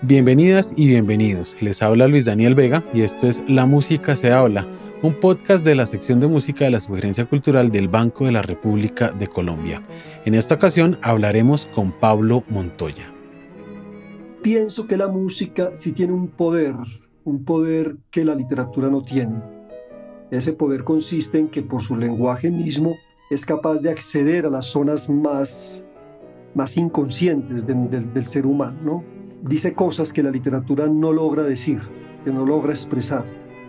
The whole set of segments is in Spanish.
Bienvenidas y bienvenidos. Les habla Luis Daniel Vega y esto es La Música se habla, un podcast de la sección de música de la Sugerencia Cultural del Banco de la República de Colombia. En esta ocasión hablaremos con Pablo Montoya. Pienso que la música sí tiene un poder que la literatura no tiene. Ese poder consiste en que por su lenguaje mismo es capaz de acceder a las zonas más inconscientes del ser humano, ¿no? Dice cosas que la literatura no logra decir, que no logra expresar.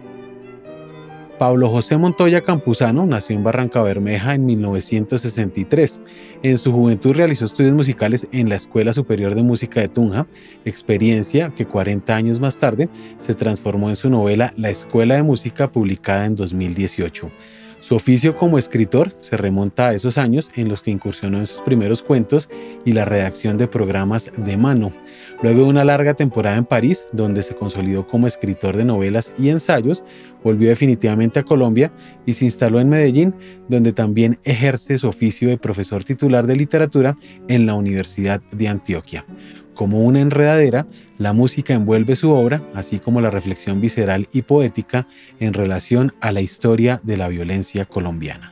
Pablo José Montoya Campuzano nació en Barrancabermeja en 1963. En su juventud realizó estudios musicales en la Escuela Superior de Música de Tunja, experiencia que 40 años más tarde se transformó en su novela La Escuela de Música, publicada en 2018. Su oficio como escritor se remonta a esos años en los que incursionó en sus primeros cuentos y la redacción de programas de mano. Luego de una larga temporada en París, donde se consolidó como escritor de novelas y ensayos, volvió definitivamente a Colombia y se instaló en Medellín, donde también ejerce su oficio de profesor titular de literatura en la Universidad de Antioquia. Como una enredadera, la música envuelve su obra, así como la reflexión visceral y poética en relación a la historia de la violencia colombiana.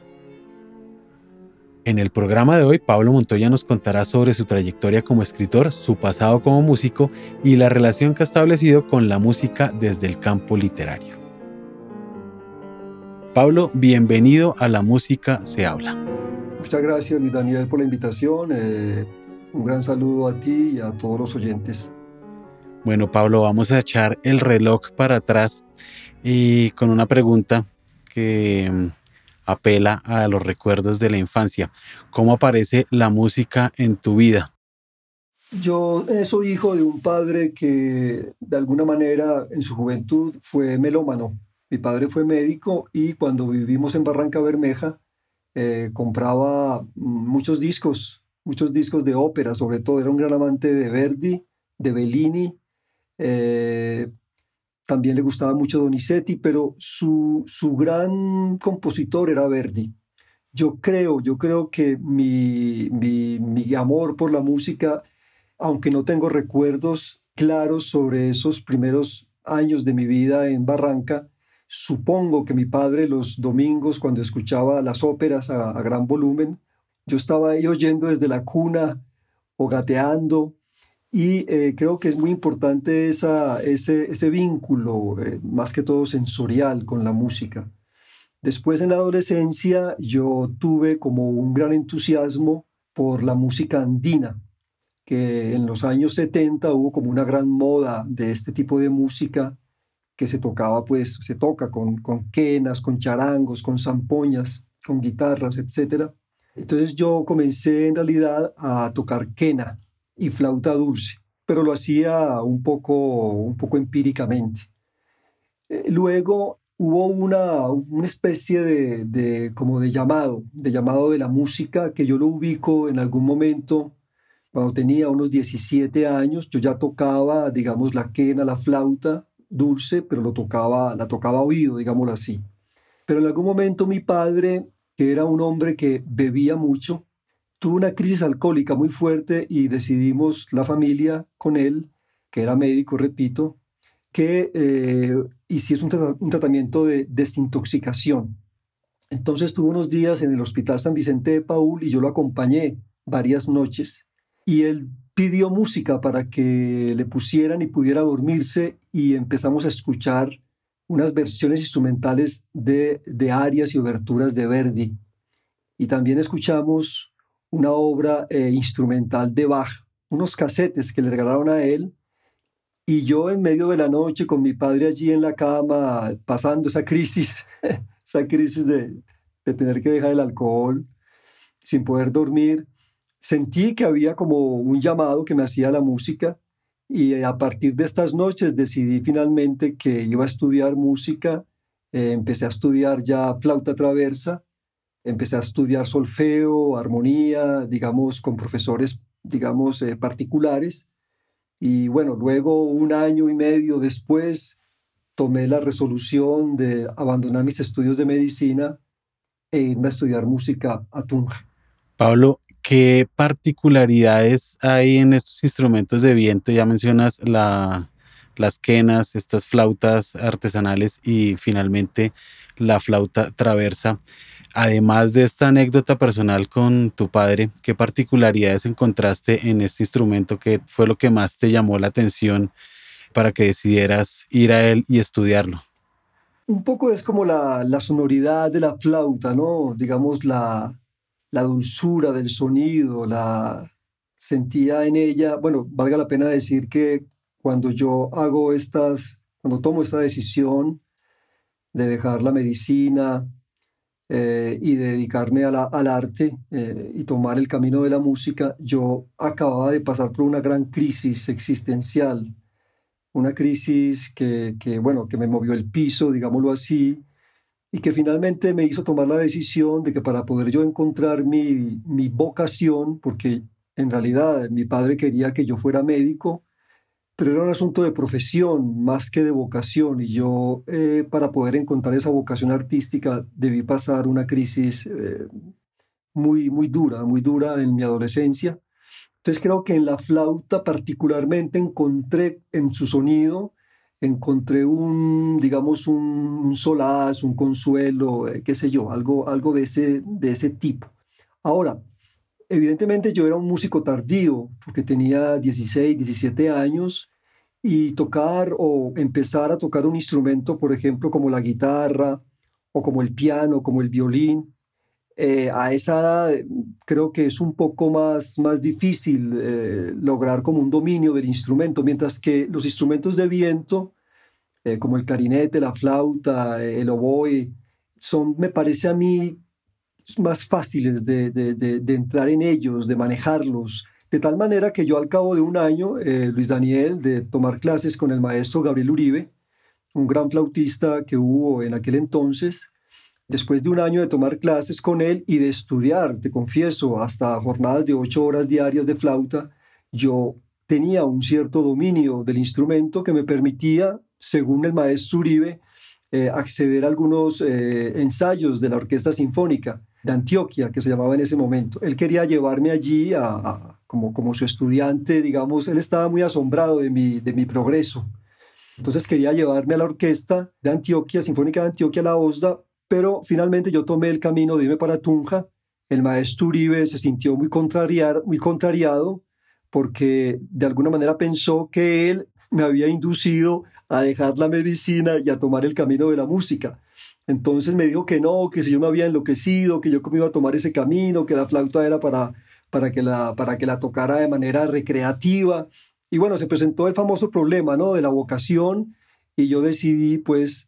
En el programa de hoy, Pablo Montoya nos contará sobre su trayectoria como escritor, su pasado como músico y la relación que ha establecido con la música desde el campo literario. Pablo, bienvenido a La Música se habla. Muchas gracias, Luis Daniel, por la invitación. Un gran saludo a ti y a todos los oyentes. Bueno, Pablo, vamos a echar el reloj para atrás y con una pregunta que apela a los recuerdos de la infancia. ¿Cómo aparece la música en tu vida? Yo soy hijo de un padre que de alguna manera en su juventud fue melómano. Mi padre fue médico y cuando vivimos en Barrancabermeja compraba muchos discos de ópera, sobre todo. Era un gran amante de Verdi, de Bellini. También le gustaba mucho Donizetti, pero su gran compositor era Verdi. Yo creo que mi amor por la música, aunque no tengo recuerdos claros sobre esos primeros años de mi vida en Barranca, supongo que mi padre los domingos, cuando escuchaba las óperas a gran volumen, yo estaba ahí oyendo desde la cuna o gateando. Y creo que es muy importante ese vínculo, más que todo sensorial, con la música. Después, en la adolescencia, yo tuve como un gran entusiasmo por la música andina, que en los años 70 hubo como una gran moda de este tipo de música que se tocaba, pues se toca con quenas, con charangos, con zampoñas, con guitarras, etc. Entonces yo comencé en realidad a tocar quena y flauta dulce, pero lo hacía un poco empíricamente. Luego hubo una especie como de llamado de la música, que yo lo ubico en algún momento cuando tenía unos 17 años. Yo ya tocaba, digamos, la quena, la flauta dulce, pero la tocaba a oído, digámoslo así. Pero en algún momento mi padre, que era un hombre que bebía mucho, tuvo una crisis alcohólica muy fuerte y decidimos, la familia, con él, que era médico, repito, que hiciese un tratamiento de desintoxicación. Entonces estuvo unos días en el Hospital San Vicente de Paúl y yo lo acompañé varias noches. Y él pidió música para que le pusieran y pudiera dormirse, y empezamos a escuchar unas versiones instrumentales de arias y oberturas de Verdi. Y también escuchamos una obra instrumental de Bach, unos casetes que le regalaron a él. Y yo, en medio de la noche, con mi padre allí en la cama, pasando esa crisis, esa crisis de tener que dejar el alcohol, sin poder dormir, sentí que había como un llamado que me hacía la música, y a partir de estas noches decidí finalmente que iba a estudiar música. Empecé a estudiar ya flauta traversa, empecé a estudiar solfeo, armonía, digamos, con profesores, digamos, particulares. Y bueno, luego, un año y medio después, tomé la resolución de abandonar mis estudios de medicina e irme a estudiar música a Tunja. Pablo, ¿Qué particularidades hay en estos instrumentos de viento? Ya mencionas las quenas, estas flautas artesanales y finalmente la flauta traversa. Además de esta anécdota personal con tu padre, ¿qué particularidades encontraste en este instrumento? ¿Qué fue lo que más te llamó la atención para que decidieras ir a él y estudiarlo? Un poco es como la sonoridad de la flauta, ¿no? Digamos, la dulzura del sonido, la sentía en ella. Bueno, valga la pena decir que cuando cuando tomo esta decisión de dejar la medicina y de dedicarme al arte y tomar el camino de la música, yo acababa de pasar por una gran crisis existencial, una crisis bueno, que me movió el piso, digámoslo así, y que finalmente me hizo tomar la decisión de que para poder yo encontrar mi vocación, porque en realidad mi padre quería que yo fuera médico, pero era un asunto de profesión más que de vocación, y yo para poder encontrar esa vocación artística debí pasar una crisis muy dura en mi adolescencia. Entonces creo que en la flauta particularmente encontré en su sonido, encontré digamos, un solaz, un consuelo, qué sé yo, algo de ese tipo. Ahora, evidentemente yo era un músico tardío, porque tenía 16, 17 años, y tocar o empezar a tocar un instrumento, por ejemplo, como la guitarra, o como el piano, como el violín, a esa edad creo que es un poco más difícil lograr como un dominio del instrumento, mientras que los instrumentos de viento, como el clarinete, la flauta, el oboe, son, me parece a mí, más fáciles de entrar en ellos, de manejarlos. De tal manera que yo al cabo de un año, Luis Daniel, de tomar clases con el maestro Gabriel Uribe, un gran flautista que hubo en aquel entonces, después de un año de tomar clases con él y de estudiar, te confieso, hasta jornadas de 8 horas diarias de flauta, yo tenía un cierto dominio del instrumento que me permitía, según el maestro Uribe, acceder a algunos ensayos de la Orquesta Sinfónica de Antioquia, que se llamaba en ese momento. Él quería llevarme allí como su estudiante, digamos, él estaba muy asombrado de mi progreso. Entonces quería llevarme a la Orquesta de Antioquia, Sinfónica de Antioquia, la OSDA, pero finalmente yo tomé el camino de irme para Tunja. El maestro Uribe se sintió muy contrariado porque de alguna manera pensó que él me había inducido a dejar la medicina y a tomar el camino de la música. Entonces me dijo que no, que si yo me había enloquecido, que yo cómo iba a tomar ese camino, que la flauta era para que la tocara de manera recreativa. Y bueno, se presentó el famoso problema, ¿no?, de la vocación, y yo decidí pues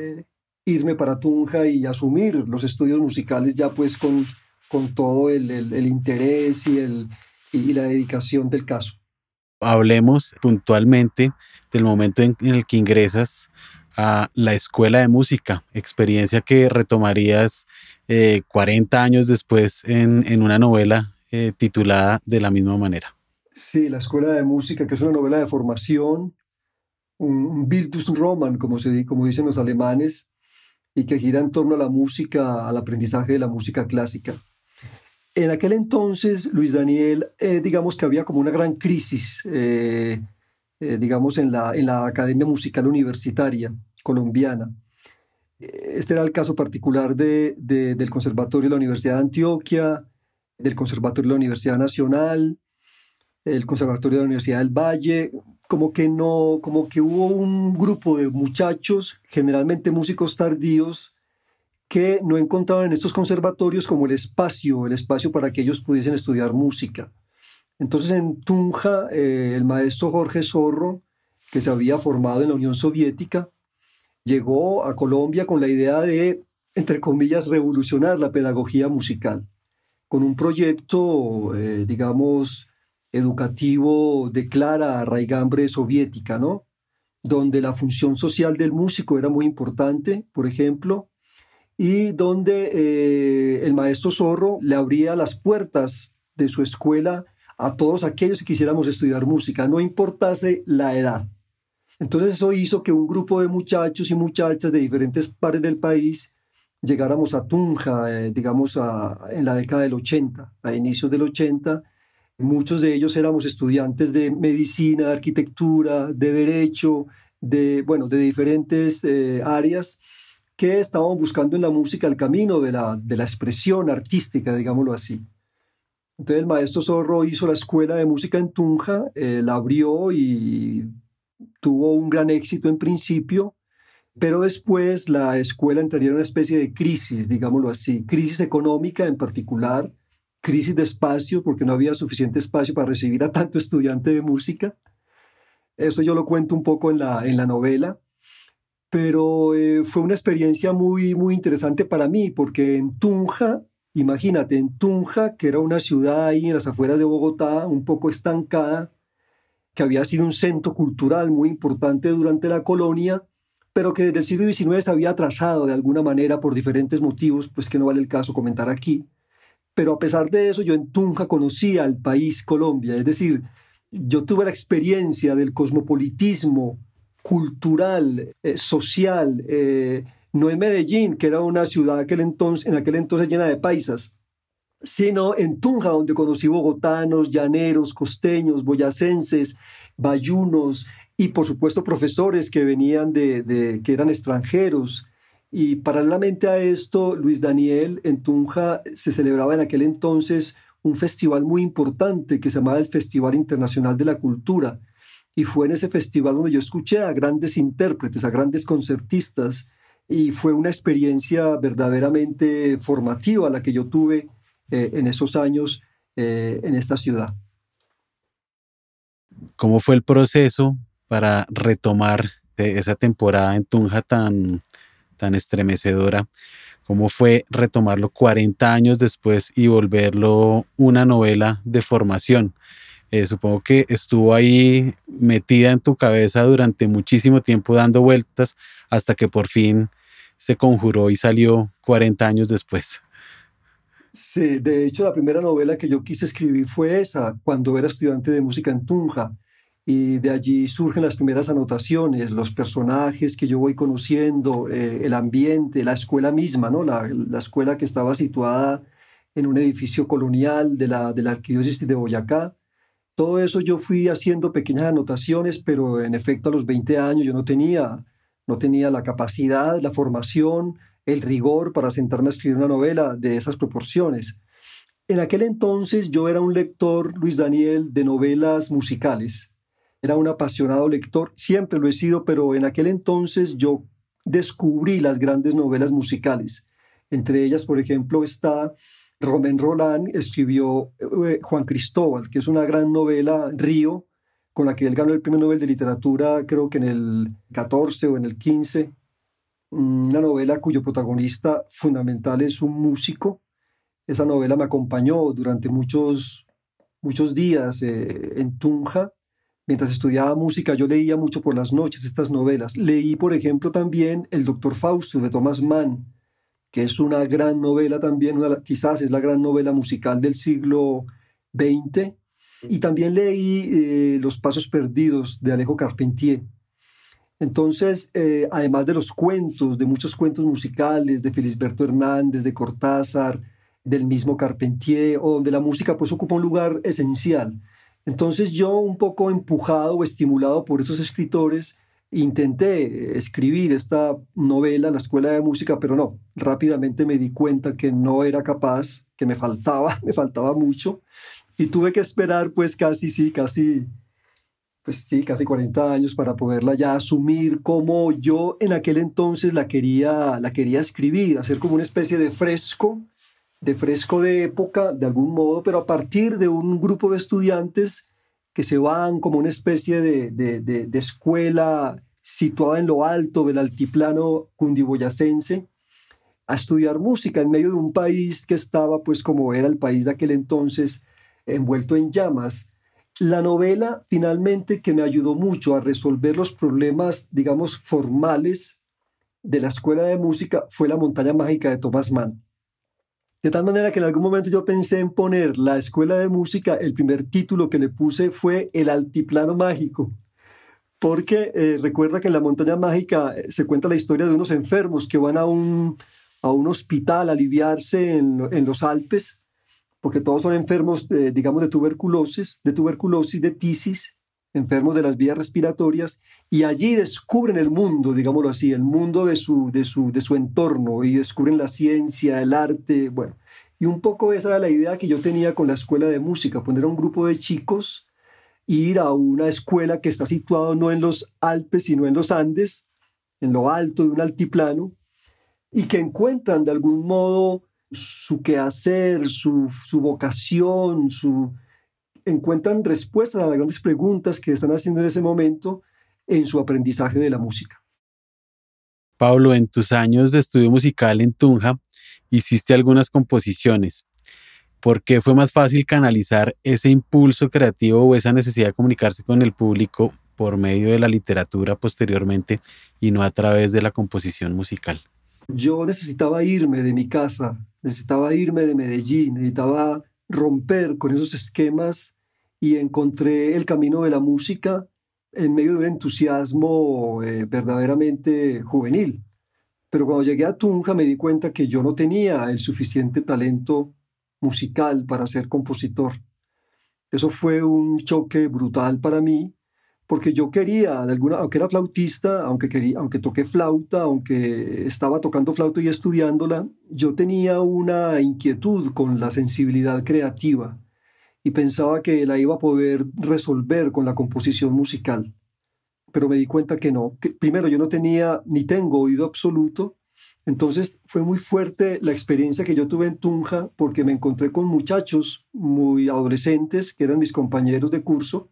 irme para Tunja y asumir los estudios musicales ya pues con todo el interés y la dedicación del caso. Hablemos puntualmente del momento en el que ingresas a la escuela de música, experiencia que retomarías 40 años después en una novela titulada de la misma manera. Sí, la escuela de música, que es una novela de formación, un Bildungsroman, como dicen los alemanes, y que gira en torno a la música, al aprendizaje de la música clásica. En aquel entonces, Luis Daniel, digamos que había como una gran crisis, digamos, en la Academia Musical Universitaria colombiana. Este era el caso particular del Conservatorio de la Universidad de Antioquia, del Conservatorio de la Universidad Nacional, el Conservatorio de la Universidad del Valle. Como que no, como que hubo un grupo de muchachos, generalmente músicos tardíos, que no encontraban en estos conservatorios como el espacio para que ellos pudiesen estudiar música. Entonces en Tunja, el maestro Jorge Zorro, que se había formado en la Unión Soviética, llegó a Colombia con la idea de, entre comillas, revolucionar la pedagogía musical, con un proyecto, digamos, educativo de clara raigambre soviética, ¿no?, donde la función social del músico era muy importante, por ejemplo, y donde el maestro Zorro le abría las puertas de su escuela a todos aquellos que quisiéramos estudiar música, no importase la edad. Entonces eso hizo que un grupo de muchachos y muchachas de diferentes partes del país llegáramos a Tunja, digamos, en la década del 80, a inicios del 80. Muchos de ellos éramos estudiantes de medicina, de arquitectura, de derecho, bueno, de diferentes áreas que estaban buscando en la música el camino de la expresión artística, digámoslo así. Entonces el maestro Zorro hizo la escuela de música en Tunja, la abrió y tuvo un gran éxito en principio, pero después la escuela entraría en una especie de crisis, digámoslo así, crisis económica en particular, crisis de espacio, porque no había suficiente espacio para recibir a tanto estudiante de música. Eso yo lo cuento un poco en la novela, pero fue una experiencia muy, muy interesante para mí, porque en Tunja, imagínate, en Tunja, que era una ciudad ahí en las afueras de Bogotá, un poco estancada, que había sido un centro cultural muy importante durante la colonia, pero que desde el siglo XIX se había atrasado de alguna manera por diferentes motivos, pues que no vale el caso comentar aquí. Pero a pesar de eso, yo en Tunja conocía al país Colombia, es decir, yo tuve la experiencia del cosmopolitismo cultural, social, no en Medellín, que era una ciudad en aquel entonces llena de paisas, sino en Tunja, donde conocí bogotanos, llaneros, costeños, boyacenses, bayunos y por supuesto profesores que venían que eran extranjeros. Y paralelamente a esto, Luis Daniel, en Tunja se celebraba en aquel entonces un festival muy importante que se llamaba el Festival Internacional de la Cultura. Y fue en ese festival donde yo escuché a grandes intérpretes, a grandes concertistas, y fue una experiencia verdaderamente formativa la que yo tuve en esos años en esta ciudad. ¿Cómo fue el proceso para retomar esa temporada en Tunja tan estremecedora? ¿Cómo fue retomarlo 40 años después y volverlo una novela de formación? Supongo que estuvo ahí metida en tu cabeza durante muchísimo tiempo dando vueltas hasta que por fin se conjuró y salió 40 años después. Sí, de hecho, la primera novela que yo quise escribir fue esa, cuando era estudiante de música en Tunja. Y de allí surgen las primeras anotaciones, los personajes que yo voy conociendo, el ambiente, la escuela misma, ¿no? La escuela que estaba situada en un edificio colonial de la Arquidiócesis de Boyacá. Todo eso yo fui haciendo pequeñas anotaciones, pero en efecto a los 20 años yo no tenía la capacidad, la formación, el rigor para sentarme a escribir una novela de esas proporciones. En aquel entonces yo era un lector, Luis Daniel, de novelas musicales. Era un apasionado lector, siempre lo he sido, pero en aquel entonces yo descubrí las grandes novelas musicales. Entre ellas, por ejemplo, está Romén Roland, escribió Juan Cristóbal, que es una gran novela, Río, con la que él ganó el Premio Nobel de Literatura, creo que en el 14 o en el 15. Una novela cuyo protagonista fundamental es un músico. Esa novela me acompañó durante muchos, muchos días en Tunja. Mientras estudiaba música, yo leía mucho por las noches estas novelas. Leí, por ejemplo, también El Doctor Fausto de Thomas Mann, que es una gran novela también, quizás es la gran novela musical del siglo XX. Y también leí Los Pasos Perdidos de Alejo Carpentier. Entonces, además de los cuentos, de muchos cuentos musicales, de Felisberto Hernández, de Cortázar, del mismo Carpentier, o donde la música pues ocupa un lugar esencial. Entonces yo, un poco empujado o estimulado por esos escritores, intenté escribir esta novela, La Escuela de Música, pero no, rápidamente me di cuenta que no era capaz, que me faltaba, me faltaba mucho, y tuve que esperar pues casi 40 años para poderla ya asumir como yo en aquel entonces la quería escribir, hacer como una especie de fresco de época, de algún modo, pero a partir de un grupo de estudiantes que se van como una especie de escuela situada en lo alto del altiplano cundiboyacense a estudiar música en medio de un país que estaba, pues como era el país de aquel entonces, envuelto en llamas. La novela finalmente que me ayudó mucho a resolver los problemas, digamos, formales de la escuela de música fue La Montaña Mágica de Thomas Mann. De tal manera que en algún momento yo pensé en poner La Escuela de Música, el primer título que le puse fue El Altiplano Mágico, porque recuerda que en La Montaña Mágica se cuenta la historia de unos enfermos que van a a un hospital a aliviarse en los Alpes, porque todos son enfermos, digamos, de tuberculosis, de tisis, enfermos de las vías respiratorias, y allí descubren el mundo, digámoslo así, el mundo de su entorno, y descubren la ciencia, el arte, bueno. Y un poco esa era la idea que yo tenía con la escuela de música, poner a un grupo de chicos, ir a una escuela que está situada no en los Alpes, sino en los Andes, en lo alto de un altiplano, y que encuentran de algún modo su quehacer, su vocación, encuentran respuestas a las grandes preguntas que están haciendo en ese momento en su aprendizaje de la música. Pablo, en tus años de estudio musical en Tunja, hiciste algunas composiciones. ¿Por qué fue más fácil canalizar ese impulso creativo o esa necesidad de comunicarse con el público por medio de la literatura posteriormente y no a través de la composición musical? Yo necesitaba irme de mi casa, necesitaba irme de Medellín, necesitaba romper con esos esquemas y encontré el camino de la música en medio de un entusiasmo verdaderamente juvenil. Pero cuando llegué a Tunja me di cuenta que yo no tenía el suficiente talento musical para ser compositor. Eso fue un choque brutal para mí, porque yo quería, aunque era flautista, aunque toqué flauta, aunque estaba tocando flauta y estudiándola, yo tenía una inquietud con la sensibilidad creativa y pensaba que la iba a poder resolver con la composición musical. Pero me di cuenta que no, que primero yo no tenía ni tengo oído absoluto. Entonces fue muy fuerte la experiencia que yo tuve en Tunja, porque me encontré con muchachos muy adolescentes que eran mis compañeros de curso.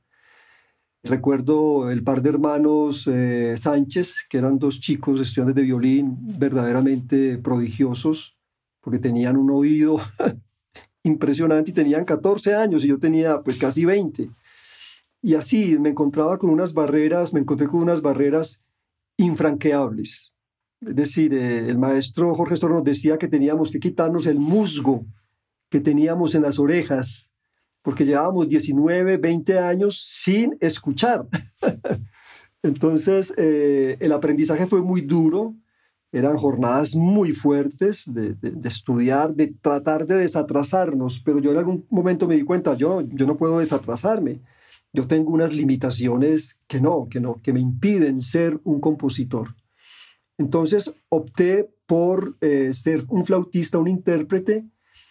Recuerdo el par de hermanos Sánchez, que eran dos chicos estudiantes de violín verdaderamente prodigiosos, porque tenían un oído impresionante y tenían 14 años y yo tenía pues casi 20. Y así me encontré con unas barreras infranqueables. Es decir, el maestro Jorge Storro nos decía que teníamos que quitarnos el musgo que teníamos en las orejas, porque llevábamos 19, 20 años sin escuchar. Entonces, el aprendizaje fue muy duro, eran jornadas muy fuertes de estudiar, de tratar de desatrasarnos, pero yo en algún momento me di cuenta, yo no puedo desatrasarme. Yo tengo unas limitaciones que me impiden ser un compositor. Entonces opté por ser un flautista, un intérprete,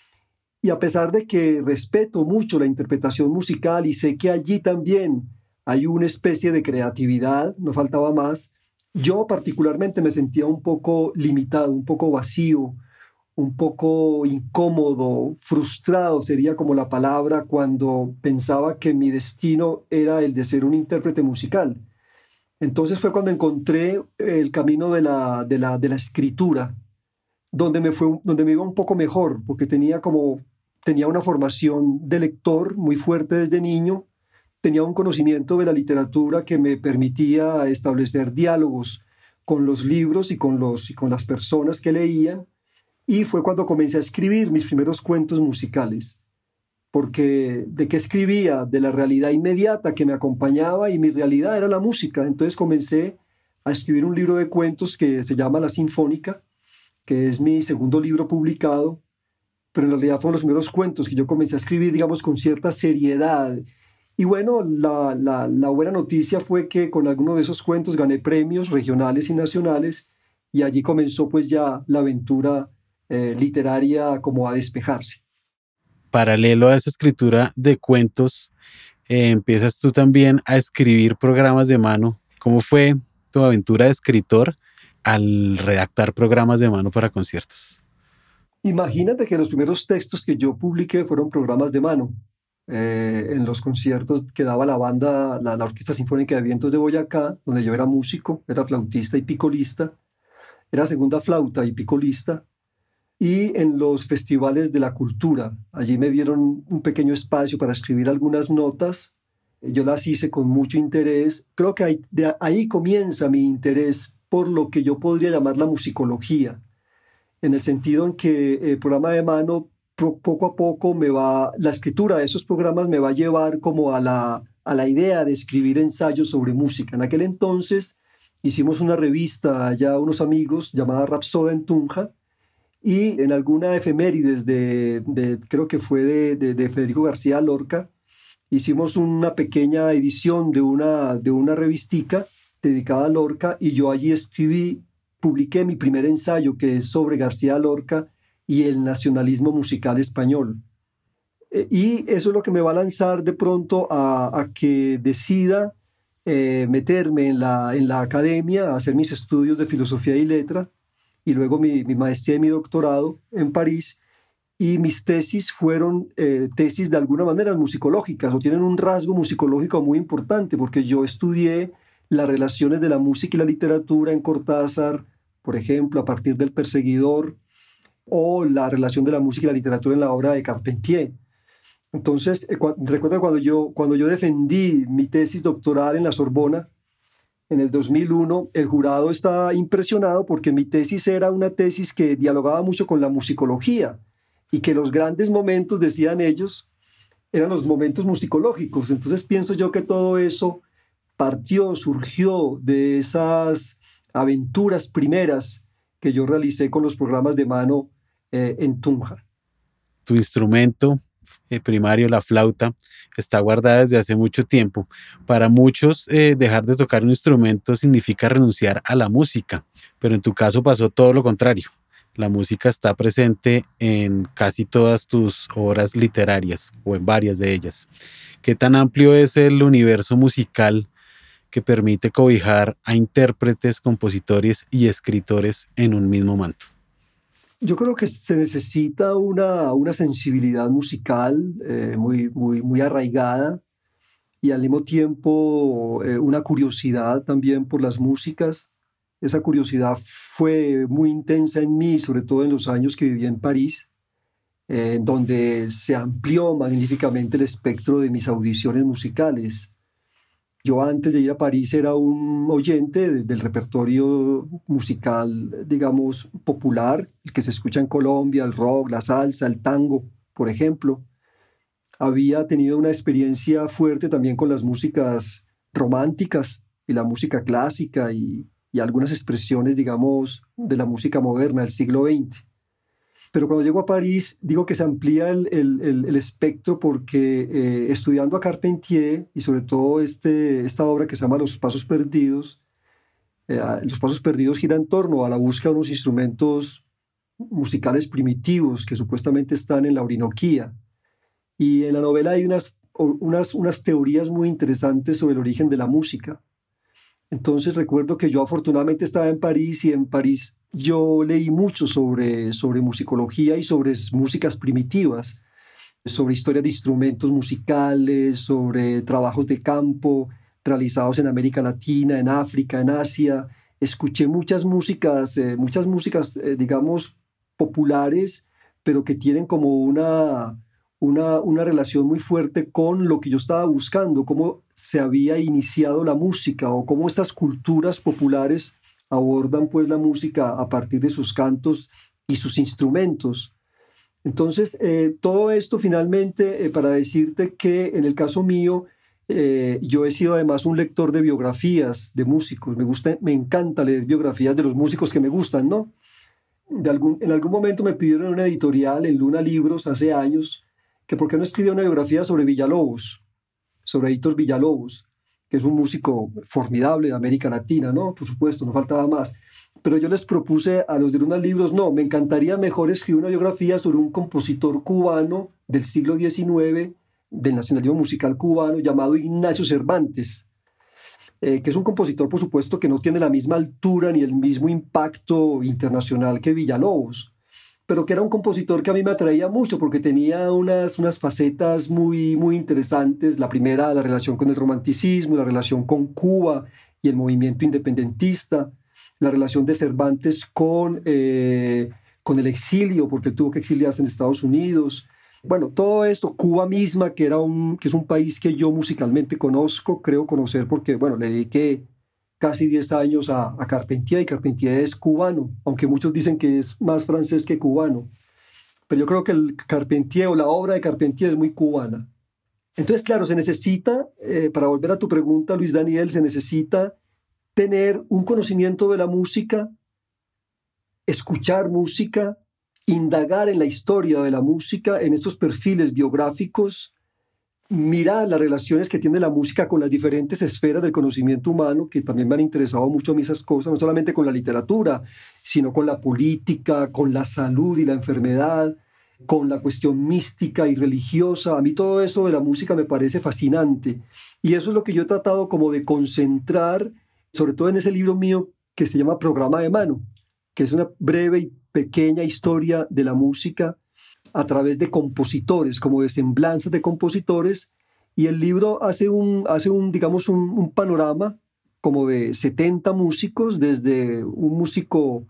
y a pesar de que respeto mucho la interpretación musical y sé que allí también hay una especie de creatividad, no faltaba más, yo particularmente me sentía un poco limitado, un poco vacío, un poco incómodo, frustrado sería como la palabra, cuando pensaba que mi destino era el de ser un intérprete musical. Entonces fue cuando encontré el camino de la escritura, donde me iba un poco mejor, porque tenía una formación de lector muy fuerte desde niño, tenía un conocimiento de la literatura que me permitía establecer diálogos con los libros y con las personas que leían, y fue cuando comencé a escribir mis primeros cuentos musicales. Porque ¿de qué escribía? De la realidad inmediata que me acompañaba, y mi realidad era la música. Entonces comencé a escribir un libro de cuentos que se llama La Sinfónica, que es mi segundo libro publicado, pero en realidad fueron los primeros cuentos que yo comencé a escribir, digamos, con cierta seriedad. Y bueno, la buena noticia fue que con alguno de esos cuentos gané premios regionales y nacionales, y allí comenzó pues ya la aventura literaria como a despejarse. Paralelo a esa escritura de cuentos, empiezas tú también a escribir programas de mano. ¿Cómo fue tu aventura de escritor al redactar programas de mano para conciertos? Imagínate que los primeros textos que yo publiqué fueron programas de mano. En los conciertos que daba la banda, la Orquesta Sinfónica de Vientos de Boyacá, donde yo era músico, era flautista y picolista, era segunda flauta y picolista, y en los festivales de la cultura. Allí me dieron un pequeño espacio para escribir algunas notas. Yo las hice con mucho interés. Creo que de ahí comienza mi interés por lo que yo podría llamar la musicología, en el sentido en que el programa de mano poco a poco la escritura de esos programas me va a llevar como a la idea de escribir ensayos sobre música. En aquel entonces hicimos una revista, ya unos amigos, llamada Rapsoda en Tunja, y en alguna efemérides creo que fue de Federico García Lorca, hicimos una pequeña edición de una revistica dedicada a Lorca y yo allí publiqué mi primer ensayo que es sobre García Lorca y el nacionalismo musical español. Y eso es lo que me va a lanzar de pronto a que decida meterme en la academia, a hacer mis estudios de filosofía y letra, y luego mi maestría y mi doctorado en París. Y mis tesis fueron tesis de alguna manera musicológicas, o tienen un rasgo musicológico muy importante, porque yo estudié las relaciones de la música y la literatura en Cortázar, por ejemplo, a partir del Perseguidor, o la relación de la música y la literatura en la obra de Carpentier. Entonces, recuerdo cuando yo defendí mi tesis doctoral en la Sorbona, en el 2001, el jurado estaba impresionado porque mi tesis era una tesis que dialogaba mucho con la musicología y que los grandes momentos, decían ellos, eran los momentos musicológicos. Entonces pienso yo que todo eso surgió de esas aventuras primeras que yo realicé con los programas de mano en Tunja. Tu instrumento primario, la flauta, está guardada desde hace mucho tiempo. Para muchos, dejar de tocar un instrumento significa renunciar a la música, pero en tu caso pasó todo lo contrario. La música está presente en casi todas tus obras literarias o en varias de ellas. ¿Qué tan amplio es el universo musical que permite cobijar a intérpretes, compositores y escritores en un mismo manto? Yo creo que se necesita una sensibilidad musical muy arraigada y al mismo tiempo una curiosidad también por las músicas. Esa curiosidad fue muy intensa en mí, sobre todo en los años que viví en París, donde se amplió magníficamente el espectro de mis audiciones musicales. Yo antes de ir a París era un oyente del repertorio musical, digamos, popular, el que se escucha en Colombia, el rock, la salsa, el tango, por ejemplo. Había tenido una experiencia fuerte también con las músicas románticas y la música clásica y algunas expresiones, digamos, de la música moderna del siglo XX. Pero cuando llego a París, digo que se amplía el espectro porque estudiando a Carpentier y sobre todo esta obra que se llama Los Pasos Perdidos, Los Pasos Perdidos gira en torno a la búsqueda de unos instrumentos musicales primitivos que supuestamente están en la Orinoquía. Y en la novela hay unas teorías muy interesantes sobre el origen de la música. Entonces recuerdo que yo afortunadamente estaba en París y en París yo leí mucho sobre musicología y sobre músicas primitivas, sobre historia de instrumentos musicales, sobre trabajos de campo realizados en América Latina, en África, en Asia. Escuché muchas músicas, digamos, populares, pero que tienen como una relación muy fuerte con lo que yo estaba buscando, cómo se había iniciado la música o cómo estas culturas populares abordan pues la música a partir de sus cantos y sus instrumentos. Entonces, todo esto finalmente para decirte que en el caso mío, yo he sido además un lector de biografías de músicos. Me encanta leer biografías de los músicos que me gustan, ¿no? En algún momento me pidieron en una editorial, en Luna Libros, hace años, que por qué no escribía una biografía sobre Villalobos, sobre Héctor Villalobos, que es un músico formidable de América Latina, ¿no? Por supuesto, no faltaba más. Pero yo les propuse a los de Luna Libros, no, me encantaría mejor escribir una biografía sobre un compositor cubano del siglo XIX, del nacionalismo musical cubano, llamado Ignacio Cervantes, que es un compositor, por supuesto, que no tiene la misma altura ni el mismo impacto internacional que Villalobos, pero que era un compositor que a mí me atraía mucho porque tenía unas facetas muy interesantes. La primera, la relación con el romanticismo, la relación con Cuba y el movimiento independentista, la relación de Cervantes con el exilio, porque tuvo que exiliarse en Estados Unidos. Bueno, todo esto, Cuba misma, que es un país que yo musicalmente creo conocer porque, bueno, le dediqué casi 10 años a Carpentier, y Carpentier es cubano, aunque muchos dicen que es más francés que cubano. Pero yo creo que el Carpentier o la obra de Carpentier es muy cubana. Entonces, claro, se necesita, para volver a tu pregunta, Luis Daniel, se necesita tener un conocimiento de la música, escuchar música, indagar en la historia de la música, en estos perfiles biográficos, mirar las relaciones que tiene la música con las diferentes esferas del conocimiento humano, que también me han interesado mucho a mí esas cosas, no solamente con la literatura, sino con la política, con la salud y la enfermedad, con la cuestión mística y religiosa. A mí todo eso de la música me parece fascinante. Y eso es lo que yo he tratado como de concentrar, sobre todo en ese libro mío que se llama Programa de Mano, que es una breve y pequeña historia de la música a través de compositores, como de semblanzas de compositores, y el libro hace digamos, un panorama como de 70 músicos, desde un músico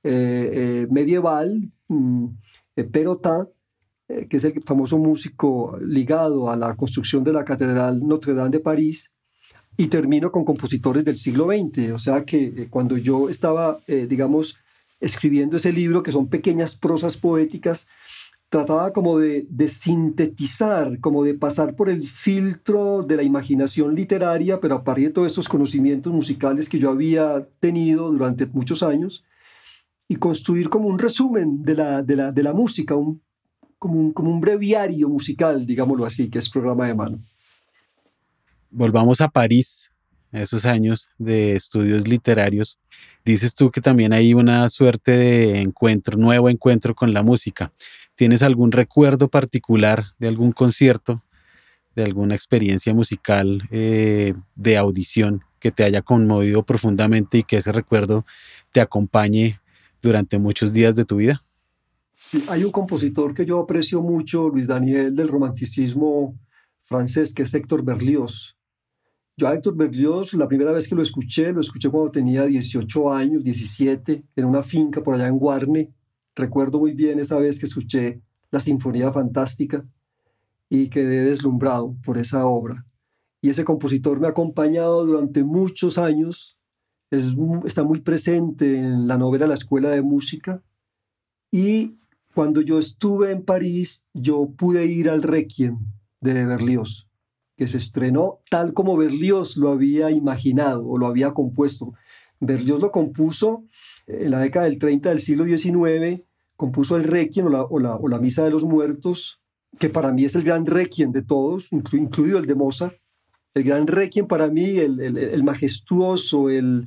medieval, Perotin, que es el famoso músico ligado a la construcción de la Catedral Notre Dame de París, y termino con compositores del siglo XX. O sea que cuando yo estaba, digamos, escribiendo ese libro, que son pequeñas prosas poéticas, trataba como de sintetizar, como de pasar por el filtro de la imaginación literaria, pero a partir de todos estos conocimientos musicales que yo había tenido durante muchos años, y construir como un resumen de la música, como un breviario musical, digámoslo así, que es Programa de Mano. Volvamos a París, esos años de estudios literarios. Dices tú que también hay una suerte de encuentro, nuevo encuentro con la música. ¿Tienes algún recuerdo particular de algún concierto, de alguna experiencia musical de audición que te haya conmovido profundamente y que ese recuerdo te acompañe durante muchos días de tu vida? Sí, hay un compositor que yo aprecio mucho, Luis Daniel, del romanticismo francés, que es Héctor Berlioz. Yo a Héctor Berlioz, la primera vez que lo escuché cuando tenía 18 años, 17, en una finca por allá en Guarne. Recuerdo muy bien esa vez que escuché la Sinfonía Fantástica y quedé deslumbrado por esa obra. Y ese compositor me ha acompañado durante muchos años, está muy presente en la novela La Escuela de Música, y cuando yo estuve en París, yo pude ir al Requiem de Berlioz, que se estrenó tal como Berlioz lo había imaginado o lo había compuesto. Berlioz lo compuso en la década del 30 del siglo XIX, compuso el Requiem o la Misa de los Muertos, que para mí es el gran Requiem de todos, incluido el de Mozart. El gran Requiem para mí, el majestuoso, el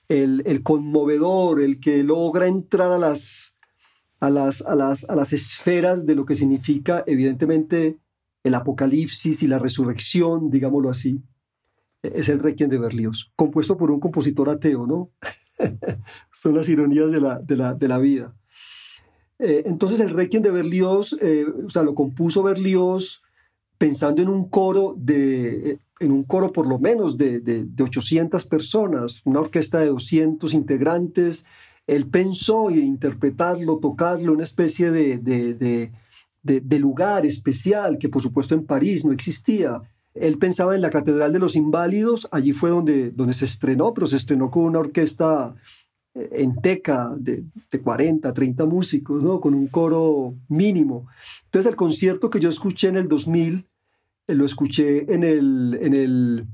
conmovedor, el que logra entrar a las esferas de lo que significa, evidentemente, el apocalipsis y la resurrección, digámoslo así, es el Requiem de Berlioz, compuesto por un compositor ateo, ¿no? Son las ironías de la vida. Entonces el Requiem de Berlioz, o sea, lo compuso Berlioz pensando en un coro por lo menos de 800 personas, una orquesta de 200 integrantes. Él pensó en interpretarlo, tocarlo, una especie de lugar especial que por supuesto en París no existía. Él pensaba en la Catedral de los Inválidos, allí fue donde se estrenó, pero se estrenó con una orquesta enteca de 40, 30 músicos, ¿no? Con un coro mínimo. Entonces el concierto que yo escuché en el 2000, lo escuché en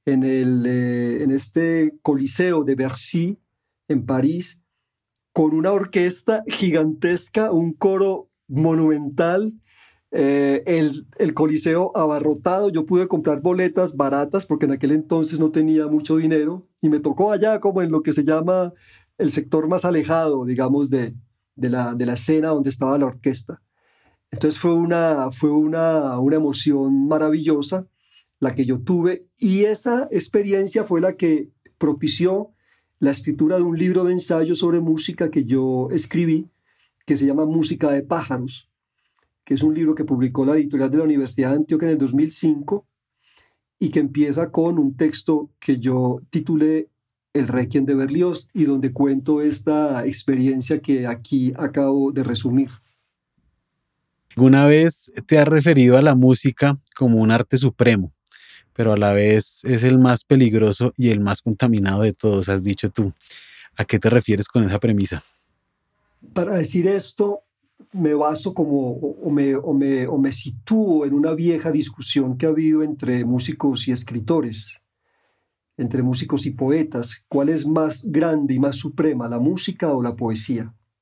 este Coliseo de Bercy, en París, con una orquesta gigantesca, un coro monumental, el Coliseo abarrotado. Yo pude comprar boletas baratas porque en aquel entonces no tenía mucho dinero y me tocó allá como en lo que se llama el sector más alejado, digamos, de la escena donde estaba la orquesta. Entonces fue una emoción maravillosa la que yo tuve, y esa experiencia fue la que propició la escritura de un libro de ensayo sobre música que yo escribí, que se llama Música de pájaros, que es un libro que publicó la editorial de la Universidad de Antioquia en el 2005 y que empieza con un texto que yo titulé El Requiem de Berlioz, y donde cuento esta experiencia que aquí acabo de resumir. ¿Alguna vez te has referido a la música como un arte supremo, pero a la vez es el más peligroso y el más contaminado de todos, has dicho tú? ¿A qué te refieres con esa premisa? Para decir esto, me baso o me sitúo en una vieja discusión que ha habido entre músicos y escritores, entre músicos y poetas. ¿Cuál es más grande y más suprema, la música o la poesía?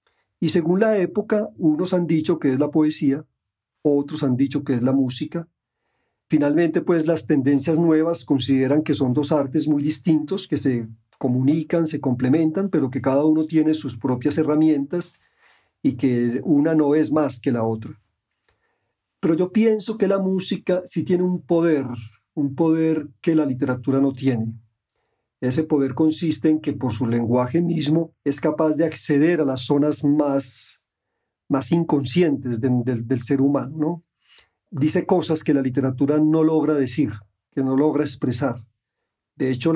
Y según la época, unos han dicho que es la poesía, otros han dicho que es la música. Finalmente, pues las tendencias nuevas consideran que son dos artes muy distintos, que se comunican, se complementan, pero que cada uno tiene sus propias herramientas y que una no es más que la otra. Pero yo pienso que la música sí tiene un poder que la literatura no tiene. Ese poder consiste en que por su lenguaje mismo es capaz de acceder a las zonas más inconscientes del ser humano, ¿no? Dice cosas que la literatura no logra decir, que no logra expresar. De hecho,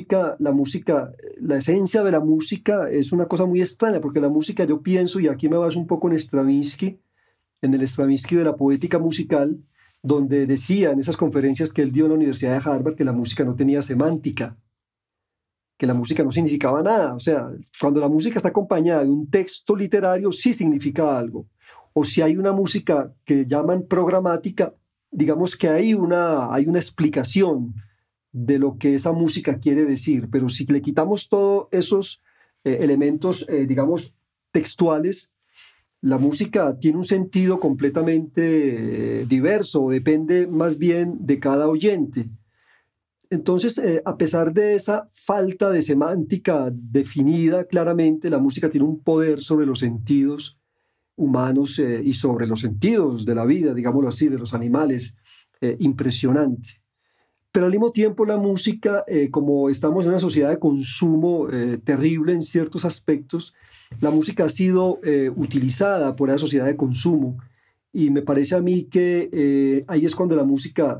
la esencia de la música es una cosa muy extraña, porque la música, yo pienso, y aquí me baso un poco en Stravinsky, en el Stravinsky de la poética musical, donde decía en esas conferencias que él dio en la Universidad de Harvard que la música no tenía semántica, que la música no significaba nada. O sea, cuando la música está acompañada de un texto literario, sí significa algo. O si hay una música que llaman programática, digamos que hay una explicación de lo que esa música quiere decir. Pero si le quitamos todos esos elementos, digamos, textuales, la música tiene un sentido completamente diverso, depende más bien de cada oyente. Entonces, a pesar de esa falta de semántica definida claramente, la música tiene un poder sobre los sentidos humanos y sobre los sentidos de la vida, digámoslo así, de los animales, impresionante. Pero al mismo tiempo la música, como estamos en una sociedad de consumo terrible en ciertos aspectos, la música ha sido utilizada por esa sociedad de consumo y me parece a mí que ahí es cuando la música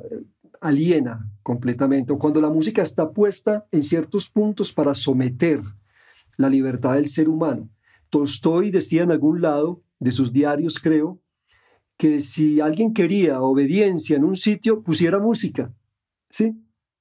aliena completamente, o cuando la música está puesta en ciertos puntos para someter la libertad del ser humano. Tolstoy decía en algún lado de sus diarios, creo, que si alguien quería obediencia en un sitio, pusiera música, ¿sí?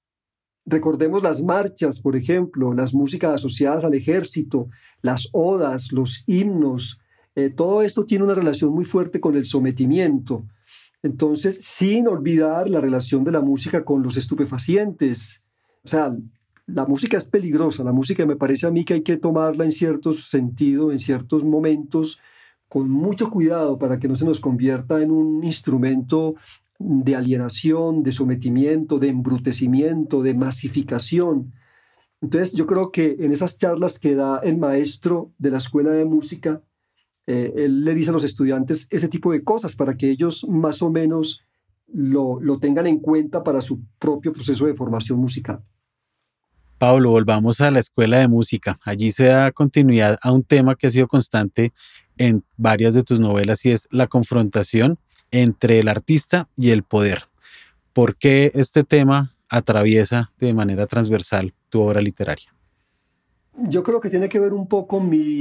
Recordemos las marchas, por ejemplo, las músicas asociadas al ejército, las odas, los himnos, todo esto tiene una relación muy fuerte con el sometimiento. Entonces, sin olvidar la relación de la música con los estupefacientes. O sea, la música es peligrosa, la música me parece a mí que hay que tomarla en ciertos sentidos, en ciertos momentos, con mucho cuidado para que no se nos convierta en un instrumento de alienación, de sometimiento, de embrutecimiento, de masificación. Entonces yo creo que en esas charlas que da el maestro de la escuela de música, él le dice a los estudiantes ese tipo de cosas para que ellos más o menos lo tengan en cuenta para su propio proceso de formación musical. Pablo, volvamos a la escuela de música. Allí se da continuidad a un tema que ha sido constante en varias de tus novelas y es la confrontación entre el artista y el poder. ¿Por qué este tema atraviesa de manera transversal tu obra literaria? Yo creo que tiene que ver un poco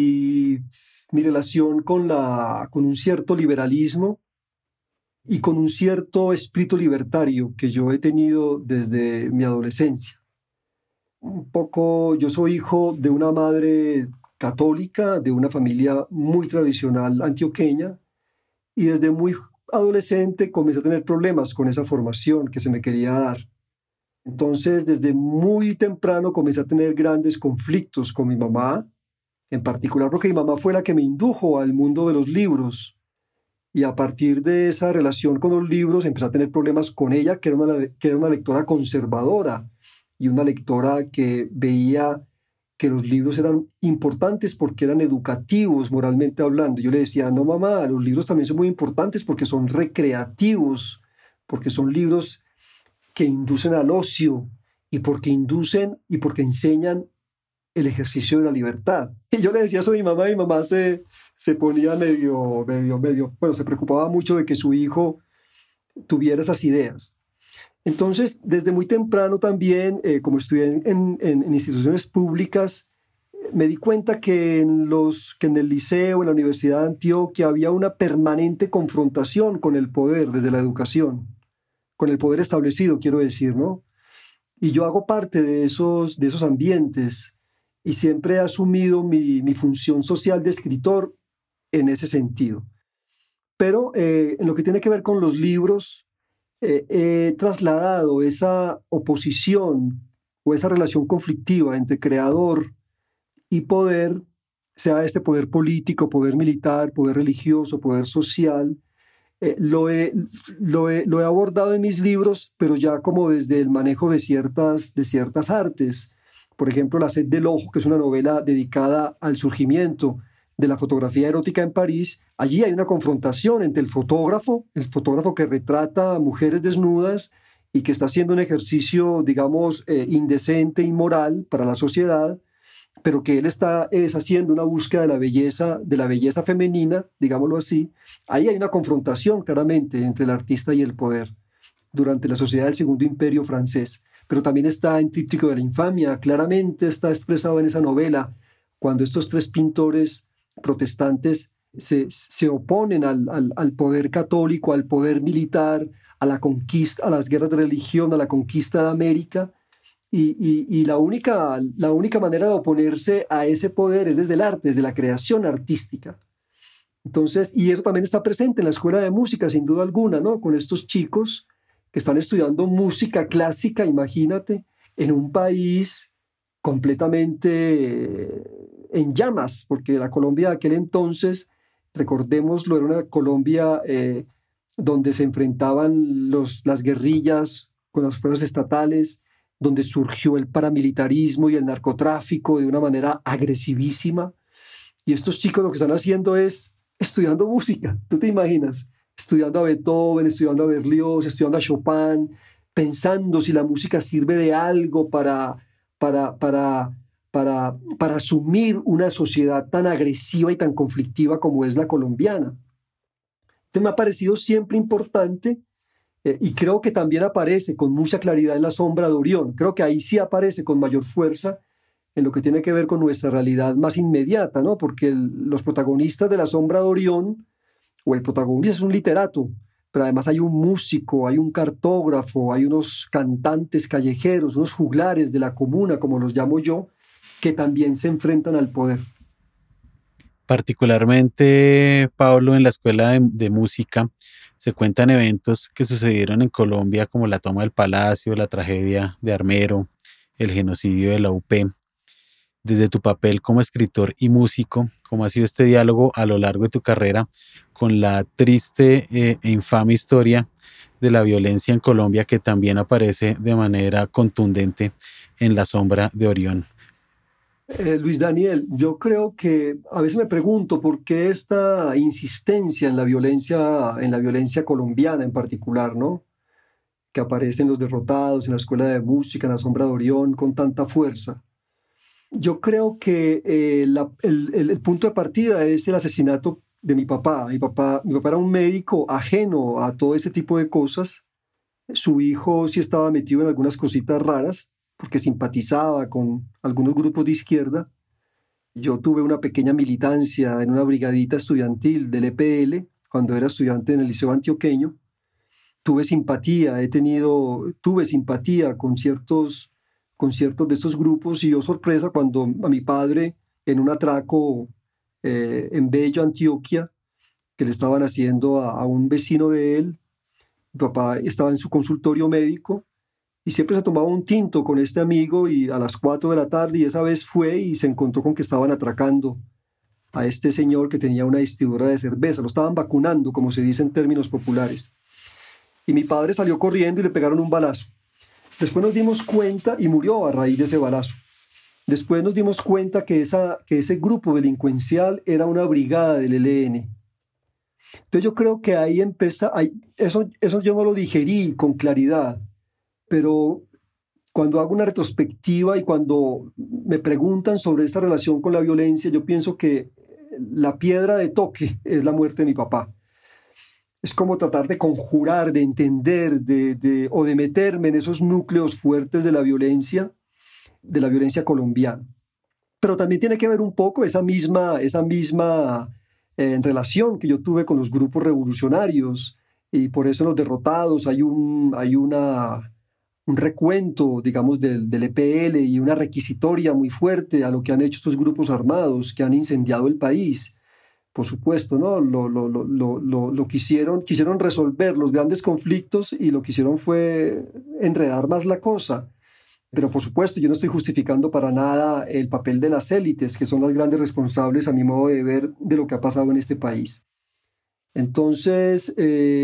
mi relación con un cierto liberalismo y con un cierto espíritu libertario que yo he tenido desde mi adolescencia. Un poco, yo soy hijo de una madre católica, de una familia muy tradicional antioqueña, y desde muy adolescente comencé a tener problemas con esa formación que se me quería dar. Entonces, desde muy temprano comencé a tener grandes conflictos con mi mamá, en particular porque mi mamá fue la que me indujo al mundo de los libros. Y a partir de esa relación con los libros empecé a tener problemas con ella, que era una lectora conservadora y una lectora que veía que los libros eran importantes porque eran educativos moralmente hablando. Yo le decía, no mamá, los libros también son muy importantes porque son recreativos, porque son libros que inducen al ocio y porque inducen y porque enseñan el ejercicio de la libertad. Y yo le decía eso a mi mamá, y mi mamá se ponía bueno, se preocupaba mucho de que su hijo tuviera esas ideas. Entonces, desde muy temprano también, como estudié en instituciones públicas, me di cuenta que en el liceo, en la Universidad de Antioquia, había una permanente confrontación con el poder desde la educación, con el poder establecido, quiero decir, ¿no? Y yo hago parte de esos ambientes y siempre he asumido mi función social de escritor en ese sentido. Pero en lo que tiene que ver con los libros, he trasladado esa oposición o esa relación conflictiva entre creador y poder sea este poder político, poder militar, poder religioso, poder social. Lo he abordado en mis libros, pero ya como desde el manejo de ciertas artes. Por ejemplo, La sed del ojo, que es una novela dedicada al surgimiento de la fotografía erótica en París. Allí hay una confrontación entre el fotógrafo que retrata a mujeres desnudas y que está haciendo un ejercicio, digamos, indecente, inmoral para la sociedad, pero que él es haciendo una búsqueda de la belleza femenina, digámoslo así. Ahí hay una confrontación claramente entre el artista y el poder durante la sociedad del Segundo Imperio francés. Pero también está en Tríptico de la Infamia, claramente está expresado en esa novela, cuando estos tres pintores protestantes se oponen al poder católico, al poder militar, a la conquista, a las guerras de religión, a la conquista de América. Y la única manera de oponerse a ese poder es desde el arte, desde la creación artística. Entonces, y eso también está presente en la escuela de música, sin duda alguna, ¿no? Con estos chicos que están estudiando música clásica, imagínate, en un país completamente en llamas, porque la Colombia de aquel entonces, recordémoslo, era una Colombia donde se enfrentaban las guerrillas con las fuerzas estatales, donde surgió el paramilitarismo y el narcotráfico de una manera agresivísima. Y estos chicos lo que están haciendo es estudiando música, ¿tú te imaginas? Estudiando a Beethoven, estudiando a Berlioz, estudiando a Chopin, pensando si la música sirve de algo para, para asumir una sociedad tan agresiva y tan conflictiva como es la colombiana. Entonces me ha parecido siempre importante y creo que también aparece con mucha claridad en La sombra de Orión. Creo que ahí sí aparece con mayor fuerza en lo que tiene que ver con nuestra realidad más inmediata, ¿no? Porque los protagonistas de La sombra de Orión, o el protagonista es un literato, pero además hay un músico, hay un cartógrafo, hay unos cantantes callejeros, unos juglares de la comuna, como los llamo yo, que también se enfrentan al poder. Particularmente, Pablo, en la escuela de música se cuentan eventos que sucedieron en Colombia como la toma del Palacio, la tragedia de Armero, el genocidio de la UP. Desde tu papel como escritor y músico, ¿cómo ha sido este diálogo a lo largo de tu carrera con la triste e infame historia de la violencia en Colombia que también aparece de manera contundente en La sombra de Orión? Luis Daniel, yo creo que a veces me pregunto por qué esta insistencia en la violencia colombiana en particular, ¿no? Que aparece en Los Derrotados, en la Escuela de Música, en La sombra de Orión, con tanta fuerza. Yo creo que el punto de partida es el asesinato de mi papá. Mi papá era un médico ajeno a todo ese tipo de cosas. Su hijo sí estaba metido en algunas cositas raras porque simpatizaba con algunos grupos de izquierda. Yo tuve una pequeña militancia en una brigadita estudiantil del EPL cuando era estudiante en el Liceo Antioqueño. Tuve simpatía con ciertos de estos grupos y yo sorpresa cuando a mi padre en un atraco en Bello, Antioquia, que le estaban haciendo a un vecino de él. Mi papá estaba en su consultorio médico y siempre se tomaba un tinto con este amigo y a las 4 de la tarde y esa vez fue y se encontró con que estaban atracando a este señor que tenía una distribuidora de cerveza. Lo estaban vacunando, como se dice en términos populares. Y mi padre salió corriendo y le pegaron un balazo. Después nos dimos cuenta y murió a raíz de ese balazo. Después nos dimos cuenta que ese grupo delincuencial era una brigada del ELN. Entonces yo creo que ahí eso yo no lo digerí con claridad, pero cuando hago una retrospectiva y cuando me preguntan sobre esta relación con la violencia, yo pienso que la piedra de toque es la muerte de mi papá. Es como tratar de conjurar, de entender, o de meterme en esos núcleos fuertes de la violencia colombiana. Pero también tiene que ver un poco esa misma relación que yo tuve con los grupos revolucionarios, y por eso en Los Derrotados hay un recuento, digamos, del EPL y una requisitoria muy fuerte a lo que han hecho estos grupos armados que han incendiado el país. Por supuesto, ¿no? Lo quisieron resolver los grandes conflictos y lo que hicieron fue enredar más la cosa. Pero por supuesto, yo no estoy justificando para nada el papel de las élites, que son las grandes responsables, a mi modo de ver, de lo que ha pasado en este país. Entonces,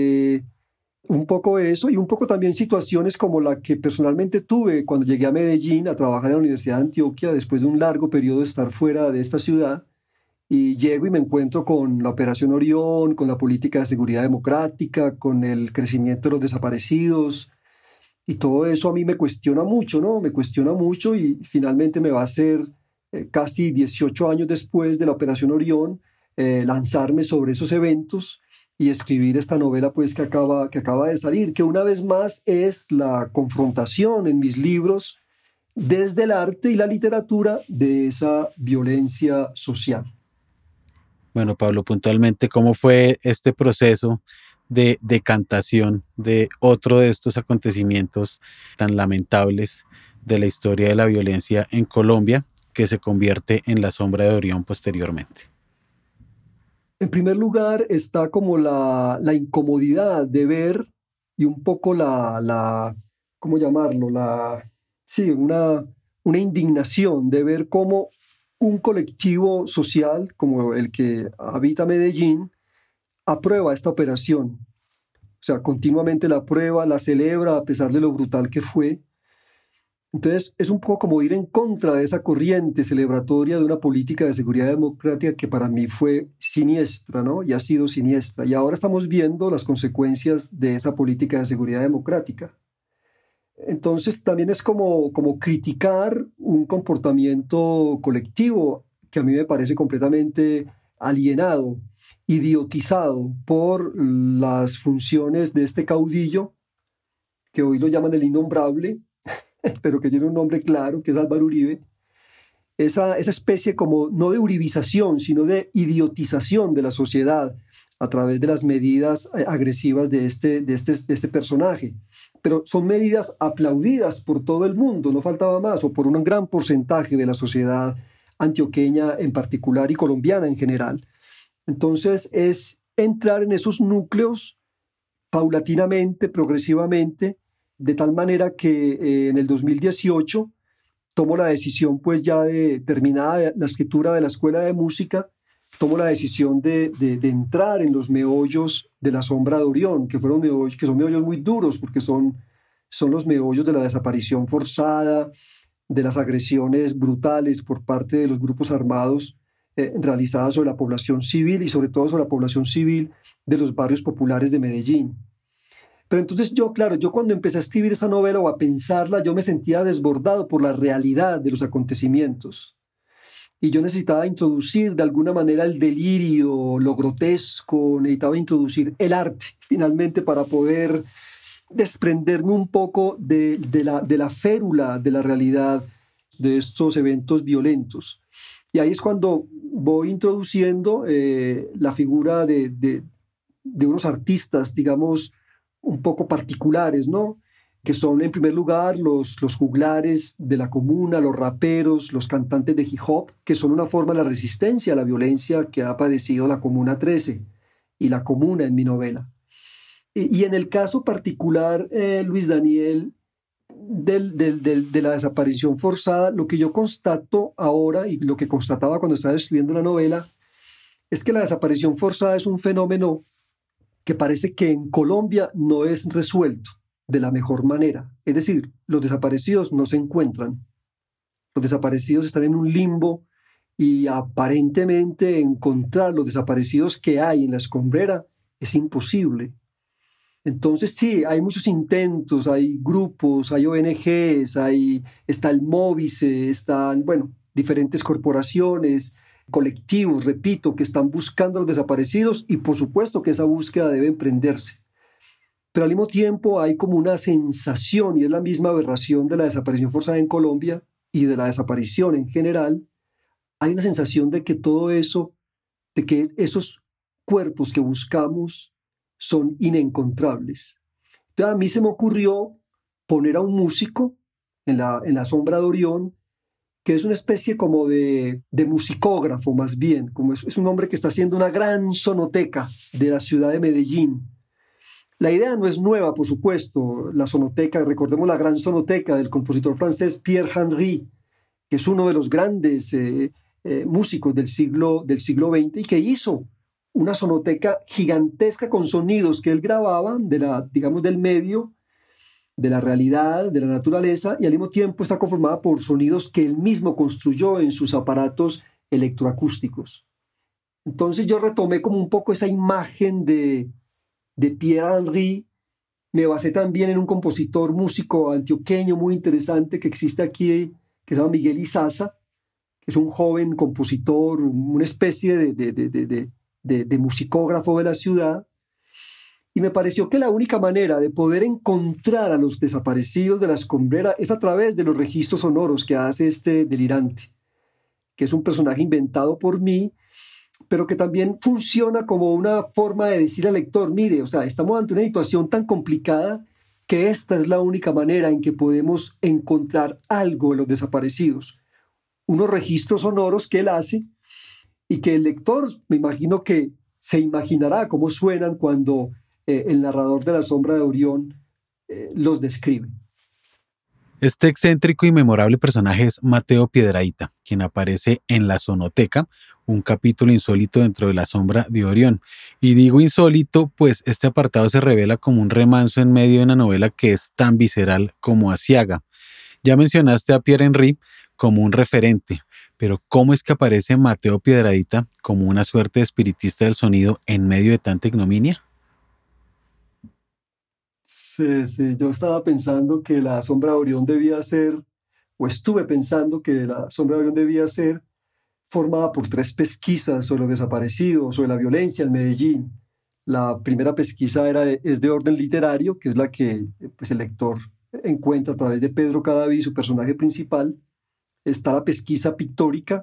un poco eso y un poco también situaciones como la que personalmente tuve cuando llegué a Medellín a trabajar en la Universidad de Antioquia después de un largo periodo de estar fuera de esta ciudad. Y llego y me encuentro con la Operación Orión, con la política de seguridad democrática, con el crecimiento de los desaparecidos. Y todo eso a mí me cuestiona mucho, ¿no? Me cuestiona mucho y finalmente me va a hacer, casi 18 años después de la Operación Orión, lanzarme sobre esos eventos y escribir esta novela pues que acaba de salir, que una vez más es la confrontación en mis libros desde el arte y la literatura de esa violencia social. Bueno, Pablo, puntualmente, ¿cómo fue este proceso de decantación de otro de estos acontecimientos tan lamentables de la historia de la violencia en Colombia, que se convierte en La sombra de Orión posteriormente? En primer lugar está como la incomodidad de ver y un poco ¿cómo llamarlo? Sí, una indignación de ver cómo un colectivo social como el que habita Medellín aprueba esta operación. O sea, continuamente la aprueba, la celebra a pesar de lo brutal que fue. Entonces, es un poco como ir en contra de esa corriente celebratoria de una política de seguridad democrática que para mí fue siniestra, ¿no? Y ha sido siniestra. Y ahora estamos viendo las consecuencias de esa política de seguridad democrática. Entonces, también es como criticar un comportamiento colectivo que a mí me parece completamente alienado, idiotizado por las funciones de este caudillo, que hoy lo llaman el innombrable, pero que tiene un nombre claro, que es Álvaro Uribe, esa especie como no de uribización, sino de idiotización de la sociedad a través de las medidas agresivas de este personaje. Pero son medidas aplaudidas por todo el mundo, no faltaba más, o por un gran porcentaje de la sociedad antioqueña en particular y colombiana en general. Entonces es entrar en esos núcleos paulatinamente, progresivamente, de tal manera que en el 2018 tomo la decisión, pues ya de terminada la escritura de la Escuela de Música, tomo la decisión de entrar en los meollos de La sombra de Orión, que son meollos muy duros, porque son los meollos de la desaparición forzada, de las agresiones brutales por parte de los grupos armados realizadas sobre la población civil y sobre todo sobre la población civil de los barrios populares de Medellín. Pero entonces claro, yo cuando empecé a escribir esta novela o a pensarla, yo me sentía desbordado por la realidad de los acontecimientos. Y yo necesitaba introducir de alguna manera el delirio, lo grotesco, necesitaba introducir el arte, finalmente, para poder desprenderme un poco de la férula de la realidad de estos eventos violentos. Y ahí es cuando voy introduciendo la figura de unos artistas, digamos, un poco particulares, ¿no? Que son en primer lugar los juglares de la comuna, los raperos, los cantantes de hip hop, que son una forma de la resistencia a la violencia que ha padecido la Comuna 13 y la comuna en mi novela. Y en el caso particular, Luis Daniel, de la desaparición forzada, lo que yo constato ahora y lo que constataba cuando estaba escribiendo la novela es que la desaparición forzada es un fenómeno que parece que en Colombia no es resuelto de la mejor manera. Es decir, los desaparecidos no se encuentran. Los desaparecidos están en un limbo y aparentemente encontrar los desaparecidos que hay en la escombrera es imposible. Entonces sí, hay muchos intentos, hay grupos, hay ONGs, está el Móvice, están, bueno, diferentes corporaciones, colectivos, repito, que están buscando a los desaparecidos y por supuesto que esa búsqueda debe emprenderse. Pero al mismo tiempo hay como una sensación, y es la misma aberración de la desaparición forzada en Colombia y de la desaparición en general, hay una sensación de que todo eso, de que esos cuerpos que buscamos son inencontrables. Entonces a mí se me ocurrió poner a un músico en la sombra de Orión, que es una especie como de musicógrafo más bien, como es un hombre que está haciendo una gran sonoteca de la ciudad de Medellín. La idea no es nueva, por supuesto. La sonoteca, recordemos la gran sonoteca del compositor francés Pierre Henry, que es uno de los grandes músicos del siglo XX y que hizo una sonoteca gigantesca con sonidos que él grababa digamos, del medio, de la realidad, de la naturaleza, y al mismo tiempo está conformada por sonidos que él mismo construyó en sus aparatos electroacústicos. Entonces yo retomé como un poco esa imagen de Pierre Henry. Me basé también en un compositor músico antioqueño muy interesante que existe aquí, que se llama Miguel Izaza, que es un joven compositor, una especie de musicógrafo de la ciudad. Y me pareció que la única manera de poder encontrar a los desaparecidos de la escombrera es a través de los registros sonoros que hace este delirante, que es un personaje inventado por mí, pero que también funciona como una forma de decir al lector, mire, o sea, estamos ante una situación tan complicada que esta es la única manera en que podemos encontrar algo de los desaparecidos. Unos registros sonoros que él hace y que el lector, me imagino que se imaginará cómo suenan cuando el narrador de La Sombra de Orión los describe. Este excéntrico y memorable personaje es Mateo Piedrahita, quien aparece en La Sonoteca, un capítulo insólito dentro de La Sombra de Orión. Y digo insólito, pues este apartado se revela como un remanso en medio de una novela que es tan visceral como aciaga. Ya mencionaste a Pierre Henry como un referente, pero ¿cómo es que aparece Mateo Piedrahita como una suerte de espiritista del sonido en medio de tanta ignominia? Sí, sí, yo estaba pensando que La Sombra de Orión debía ser, o estuve pensando que La Sombra de Orión debía ser formada por 3 pesquisas sobre los desaparecidos, sobre la violencia en Medellín. La primera pesquisa es de orden literario, que es la que pues, el lector encuentra a través de Pedro Cadaví, su personaje principal. Está la pesquisa pictórica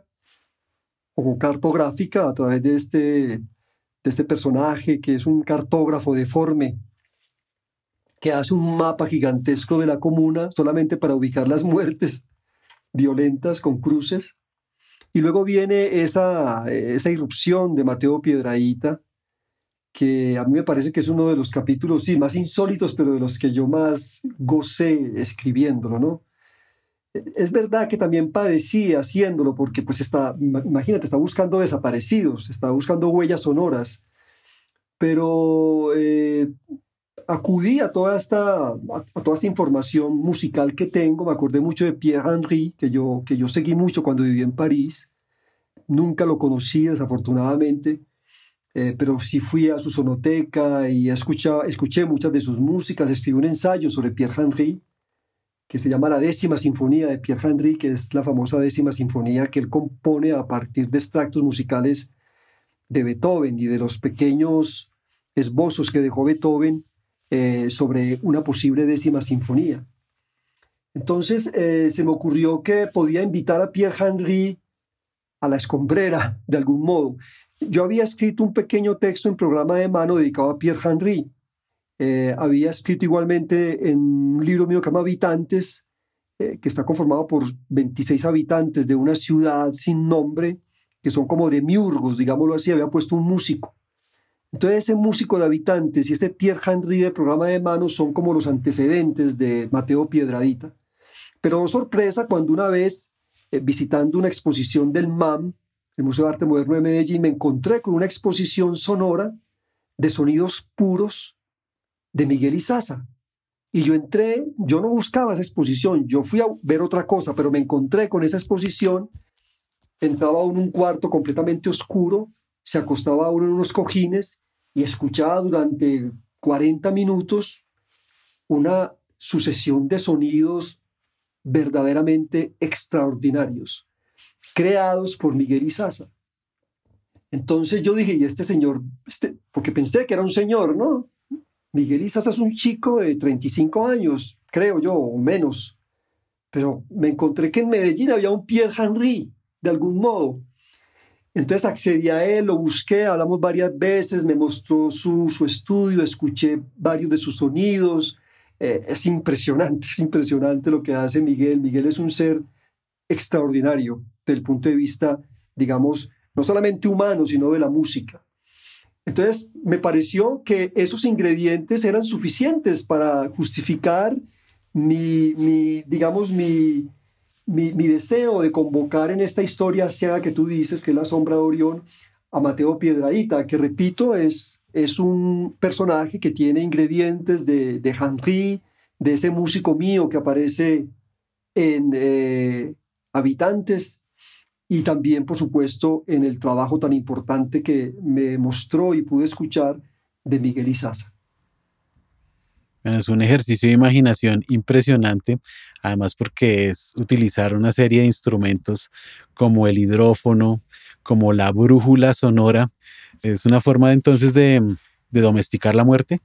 o cartográfica a través de este personaje que es un cartógrafo deforme que hace un mapa gigantesco de la comuna solamente para ubicar las muertes violentas con cruces. Y luego viene esa irrupción de Mateo Piedrahita, que a mí me parece que es uno de los capítulos, sí, más insólitos, pero de los que yo más gocé escribiéndolo, ¿no? Es verdad que también padecí haciéndolo, porque pues imagínate, está buscando desaparecidos, está buscando huellas sonoras, pero acudí a toda esta información musical que tengo. Me acordé mucho de Pierre Henry, que yo seguí mucho cuando viví en París. Nunca lo conocí, desafortunadamente, pero sí fui a su sonoteca y escuché muchas de sus músicas. Escribí un ensayo sobre Pierre Henry que se llama La Décima Sinfonía de Pierre Henry, que es la famosa décima sinfonía que él compone a partir de extractos musicales de Beethoven y de los pequeños esbozos que dejó Beethoven sobre una posible décima sinfonía. Entonces se me ocurrió que podía invitar a Pierre Henry a la escombrera de algún modo. Yo había escrito un pequeño texto en programa de mano dedicado a Pierre Henry. Había escrito igualmente en un libro mío que se llama Habitantes, que está conformado por 26 habitantes de una ciudad sin nombre, que son como demiurgos, digámoslo así. Había puesto un músico. Entonces ese músico de Habitantes y ese Pierre Henry del programa de mano son como los antecedentes de Mateo Piedrahita. Pero oh, sorpresa, cuando una vez visitando una exposición del MAM, el Museo de Arte Moderno de Medellín, me encontré con una exposición sonora de sonidos puros de Miguel Izaza. Y yo entré, yo no buscaba esa exposición, yo fui a ver otra cosa, pero me encontré con esa exposición. Entraba uno en un cuarto completamente oscuro, se acostaba uno en unos cojines y escuchaba durante 40 minutos una sucesión de sonidos verdaderamente extraordinarios, creados por Miguel Izaza. Entonces yo dije, ¿y este señor? Porque pensé que era un señor, ¿no? Miguel Izaza es un chico de 35 años, creo yo, o menos. Pero me encontré que en Medellín había un Pierre Henry, de algún modo. Entonces accedí a él, lo busqué, hablamos varias veces, me mostró su estudio, escuché varios de sus sonidos. Es impresionante lo que hace Miguel. Miguel es un ser extraordinario desde el punto de vista, digamos, no solamente humano, sino de la música. Entonces, me pareció que esos ingredientes eran suficientes para justificar digamos, mi deseo de convocar en esta historia asiaga que tú dices, que es La Sombra de Orión, a Mateo Piedrahita, que repito, es un personaje que tiene ingredientes de Henry, de ese músico mío que aparece en Habitantes, y también, por supuesto, en el trabajo tan importante que me mostró y pude escuchar de Miguel Izaza. Bueno, es un ejercicio de imaginación impresionante, además porque es utilizar una serie de instrumentos como el hidrófono, como la brújula sonora. Es una forma entonces de domesticar la muerte.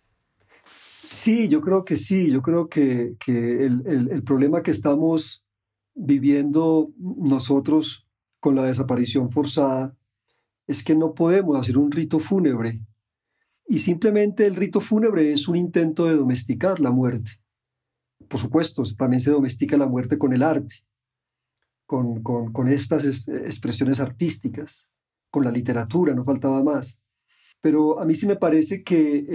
Sí, yo creo que sí, yo creo que el problema que estamos viviendo nosotros con la desaparición forzada es que no podemos hacer un rito fúnebre y simplemente el rito fúnebre es un intento de domesticar la muerte. Por supuesto, también se domestica la muerte con el arte, con estas expresiones artísticas, con la literatura, no faltaba más. Pero a mí sí me parece que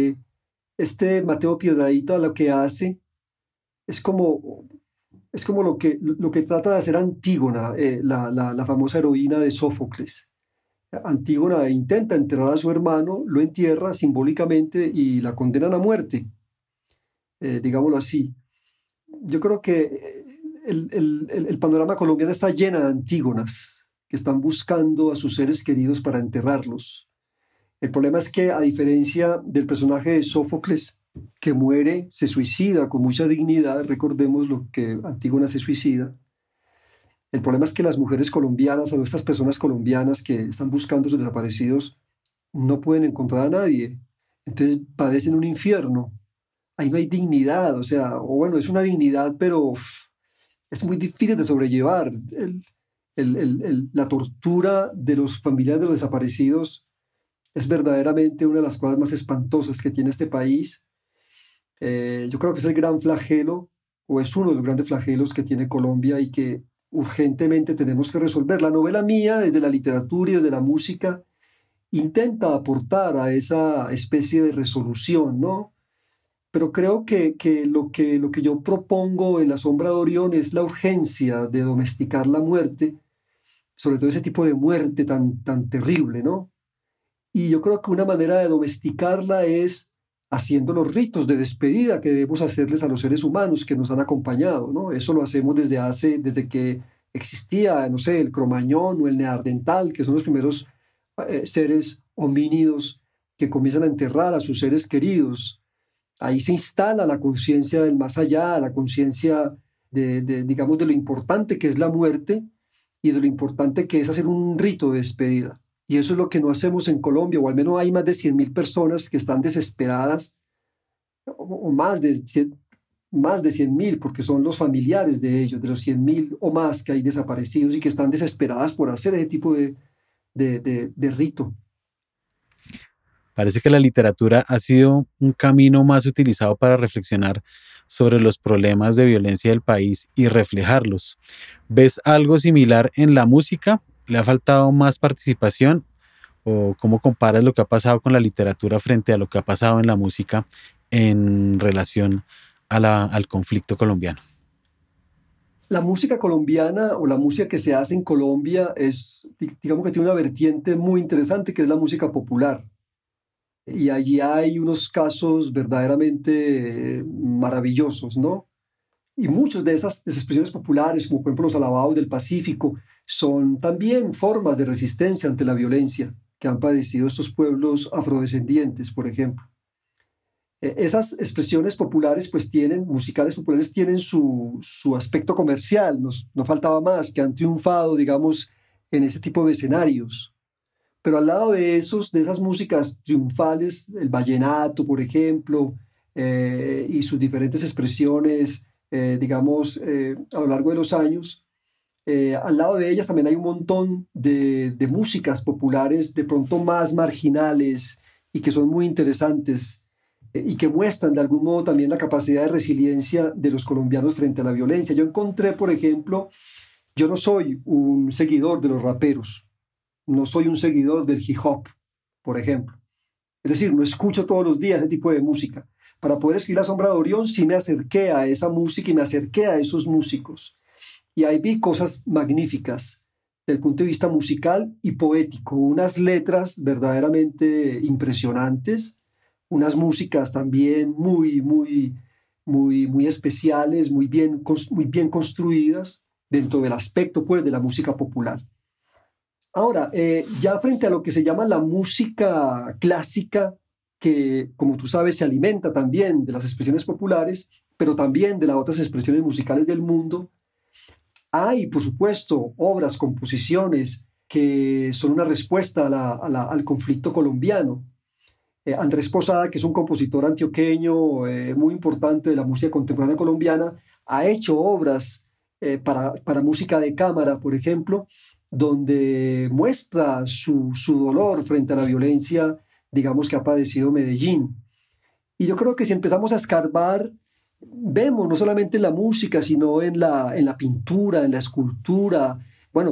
este Mateo Piedrahita lo que hace es como, es como lo que trata de hacer Antígona, la famosa heroína de Sófocles. Antígona intenta enterrar a su hermano, lo entierra simbólicamente y la condenan a muerte, digámoslo así. Yo creo que el panorama colombiano está lleno de Antígonas que están buscando a sus seres queridos para enterrarlos. El problema es que, a diferencia del personaje de Sófocles, que muere, se suicida con mucha dignidad, recordemos lo que Antígona se suicida, el problema es que las mujeres colombianas, o estas personas colombianas que están buscando a sus desaparecidos, no pueden encontrar a nadie. Entonces padecen un infierno. Ahí no hay dignidad, o sea, o bueno, es una dignidad, pero es muy difícil de sobrellevar. La tortura de los familiares de los desaparecidos es verdaderamente una de las cosas más espantosas que tiene este país. Yo creo que es el gran flagelo, o es uno de los grandes flagelos que tiene Colombia y que urgentemente tenemos que resolver. La novela mía, desde la literatura y desde la música, intenta aportar a esa especie de resolución, ¿no? Pero creo lo que yo propongo en La Sombra de Orión es la urgencia de domesticar la muerte, sobre todo ese tipo de muerte tan terrible, ¿no? Y yo creo que una manera de domesticarla es haciendo los ritos de despedida que debemos hacerles a los seres humanos que nos han acompañado, ¿no? Eso lo hacemos desde que existía, no sé, el Cromañón o el Neandertal, que son los primeros seres homínidos que comienzan a enterrar a sus seres queridos. Ahí se instala la conciencia del más allá, la conciencia digamos, de lo importante que es la muerte y de lo importante que es hacer un rito de despedida. Y eso es lo que no hacemos en Colombia, o al menos hay más de 100.000 personas que están desesperadas, o más de 100.000, porque son los familiares de ellos, de los 100.000 o más que hay desaparecidos y que están desesperadas por hacer ese tipo de rito. Parece que la literatura ha sido un camino más utilizado para reflexionar sobre los problemas de violencia del país y reflejarlos. ¿Ves algo similar en la música? ¿Le ha faltado más participación? ¿O cómo comparas lo que ha pasado con la literatura frente a lo que ha pasado en la música en relación al conflicto colombiano? La música colombiana o la música que se hace en Colombia digamos que tiene una vertiente muy interesante que es la música popular. Y allí hay unos casos verdaderamente maravillosos, ¿no? Y muchas de esas expresiones populares, como por ejemplo los alabados del Pacífico, son también formas de resistencia ante la violencia que han padecido estos pueblos afrodescendientes, por ejemplo. Esas expresiones populares, musicales populares, tienen su aspecto comercial, no faltaba más, que han triunfado, digamos, en ese tipo de escenarios. Pero al lado de esas músicas triunfales, el vallenato, por ejemplo, y sus diferentes expresiones, digamos, a lo largo de los años, al lado de ellas también hay un montón de músicas populares, de pronto más marginales y que son muy interesantes y que muestran de algún modo también la capacidad de resiliencia de los colombianos frente a la violencia. Yo encontré, por ejemplo, yo no soy un seguidor de los raperos, no soy un seguidor del hip hop, por ejemplo. Es decir, no escucho todos los días ese tipo de música. Para poder escribir La sombra de Orión, sí me acerqué a esa música y me acerqué a esos músicos. Y ahí vi cosas magníficas desde el punto de vista musical y poético, unas letras verdaderamente impresionantes, unas músicas también muy especiales, muy bien construidas dentro del aspecto pues, de la música popular. Ahora, ya frente a lo que se llama la música clásica, que como tú sabes se alimenta también de las expresiones populares, pero también de las otras expresiones musicales del mundo, hay, por supuesto, obras, composiciones que son una respuesta al conflicto colombiano. Andrés Posada, que es un compositor antioqueño muy importante de la música contemporánea colombiana, ha hecho obras para música de cámara, por ejemplo, donde muestra su dolor frente a la violencia, digamos, que ha padecido Medellín. Y yo creo que si empezamos a escarbar, vemos no solamente en la música, sino en la pintura, en la escultura. Bueno,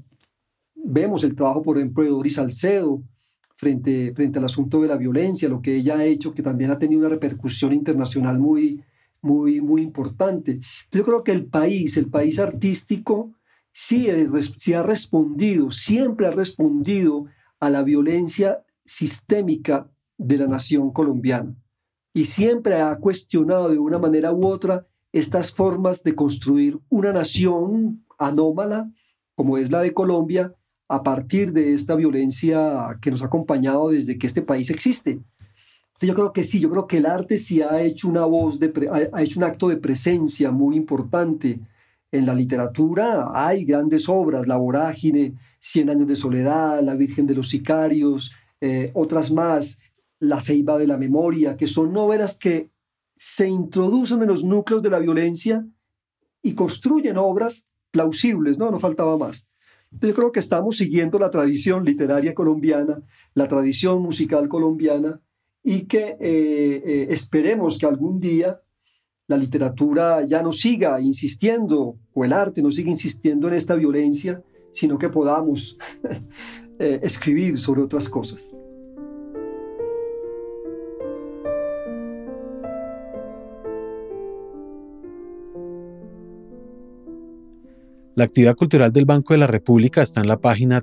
vemos el trabajo, por ejemplo, de Doris Salcedo frente al asunto de la violencia, lo que ella ha hecho, que también ha tenido una repercusión internacional muy importante. Entonces yo creo que el país artístico, sí ha respondido, siempre ha respondido a la violencia sistémica de la nación colombiana. Y siempre ha cuestionado de una manera u otra estas formas de construir una nación anómala, como es la de Colombia, a partir de esta violencia que nos ha acompañado desde que este país existe. Entonces yo creo que sí, yo creo que el arte sí ha hecho ha hecho un acto de presencia muy importante. En la literatura hay grandes obras, La Vorágine, 100 años de soledad, La Virgen de los Sicarios, otras más, La Ceiba de la Memoria, que son novelas que se introducen en los núcleos de la violencia y construyen obras plausibles, no faltaba más. Yo creo que estamos siguiendo la tradición literaria colombiana, la tradición musical colombiana, y que esperemos que algún día la literatura ya no siga insistiendo, o el arte no siga insistiendo en esta violencia, sino que podamos escribir sobre otras cosas. La actividad cultural del Banco de la República está en la página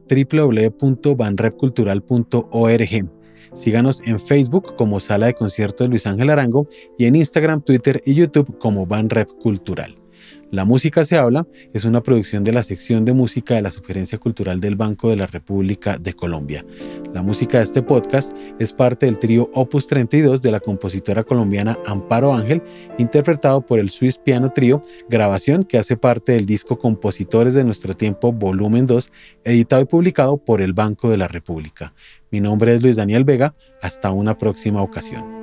www.banrepcultural.org. Síganos en Facebook como Sala de Conciertos de Luis Ángel Arango y en Instagram, Twitter y YouTube como Banrep Cultural. La Música se habla es una producción de la sección de música de la Sugerencia Cultural del Banco de la República de Colombia. La música de este podcast es parte del trío Opus 32 de la compositora colombiana Amparo Ángel, interpretado por el Swiss Piano Trio, grabación que hace parte del disco Compositores de Nuestro Tiempo Volumen 2, editado y publicado por el Banco de la República. Mi nombre es Luis Daniel Vega. Hasta una próxima ocasión.